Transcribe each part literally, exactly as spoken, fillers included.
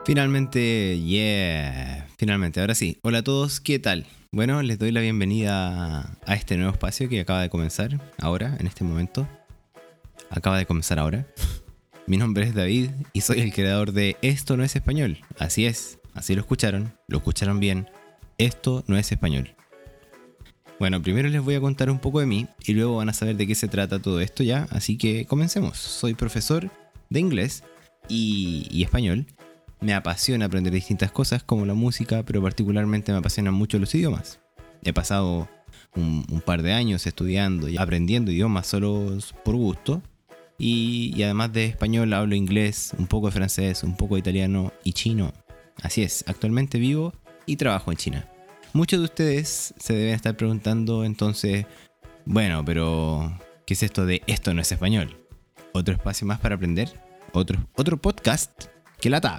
Finalmente, yeah, finalmente, ahora sí. Hola a todos, ¿qué tal? Bueno, les doy la bienvenida a este nuevo espacio que acaba de comenzar ahora, en este momento. Acaba de comenzar ahora. Mi nombre es David y soy el creador de Esto No Es Español. Así es, así lo escucharon, lo escucharon bien. Esto No Es Español. Bueno, primero les voy a contar un poco de mí y luego van a saber de qué se trata todo esto ya, así que comencemos. Soy profesor de inglés y, y español. Me apasiona aprender distintas cosas como la música, pero particularmente me apasionan mucho los idiomas. He pasado un, un par de años estudiando y aprendiendo idiomas solos por gusto. Y, y además de español hablo inglés, un poco de francés, un poco de italiano y chino. Así es, actualmente vivo y trabajo en China. Muchos de ustedes se deben estar preguntando entonces, bueno, pero ¿qué es esto de Esto No Es Español? ¿Otro espacio más para aprender? ¿Otro, otro podcast? ¡Qué lata!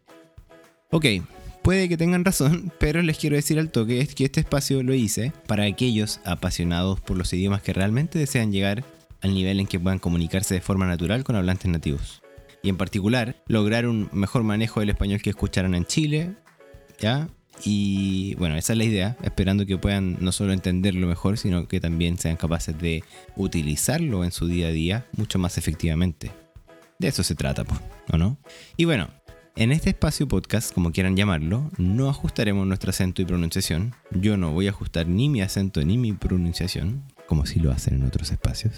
Ok, puede que tengan razón, pero les quiero decir al toque que este espacio lo hice para aquellos apasionados por los idiomas que realmente desean llegar al nivel en que puedan comunicarse de forma natural con hablantes nativos. Y en particular, lograr un mejor manejo del español que escucharon en Chile, ¿ya? Y bueno, esa es la idea, esperando que puedan no solo entenderlo mejor, sino que también sean capaces de utilizarlo en su día a día mucho más efectivamente. De eso se trata, ¿o no? Y bueno, en este espacio podcast, como quieran llamarlo, no ajustaremos nuestro acento y pronunciación. Yo no voy a ajustar ni mi acento ni mi pronunciación, como si lo hacen en otros espacios.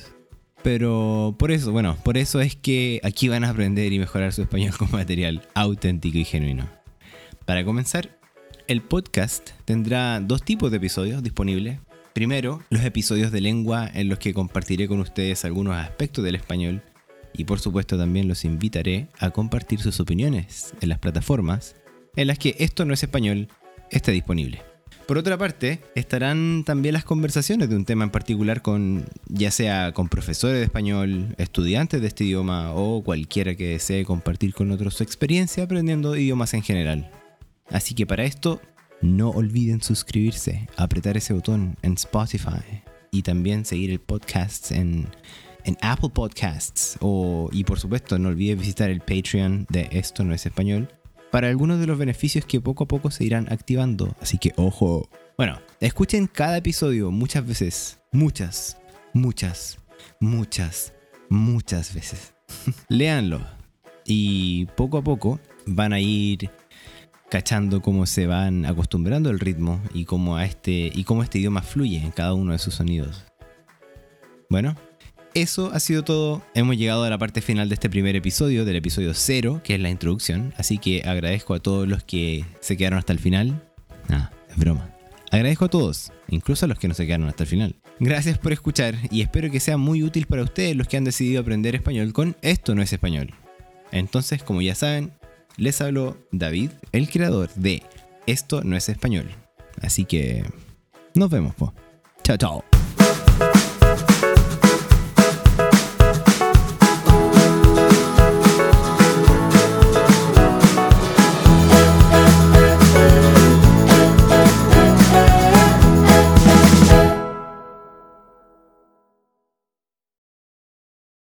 Pero por eso, bueno, por eso es que aquí van a aprender y mejorar su español con material auténtico y genuino. Para comenzar, el podcast tendrá dos tipos de episodios disponibles. Primero, los episodios de lengua en los que compartiré con ustedes algunos aspectos del español. Y por supuesto también los invitaré a compartir sus opiniones en las plataformas en las que Esto No Es Español esté disponible. Por otra parte, estarán también las conversaciones de un tema en particular con, ya sea con profesores de español, estudiantes de este idioma o cualquiera que desee compartir con otros su experiencia aprendiendo idiomas en general. Así que para esto, no olviden suscribirse, apretar ese botón en Spotify y también seguir el podcast en... en Apple Podcasts o, y por supuesto no olvides visitar el Patreon de Esto No Es Español para algunos de los beneficios que poco a poco se irán activando, así que ojo. Bueno, escuchen cada episodio muchas veces, muchas, muchas, muchas, muchas veces. Léanlo y poco a poco van a ir cachando cómo se van acostumbrando al ritmo y cómo, a este, y cómo este idioma fluye en cada uno de sus sonidos. Bueno, eso ha sido todo. Hemos llegado a la parte final de este primer episodio, del episodio cero, que es la introducción. Así que agradezco a todos los que se quedaron hasta el final. Ah, es broma. Agradezco a todos, incluso a los que no se quedaron hasta el final. Gracias por escuchar y espero que sea muy útil para ustedes los que han decidido aprender español con Esto No Es Español. Entonces, como ya saben, les habló David, el creador de Esto No Es Español. Así que nos vemos, po. Chao, chao.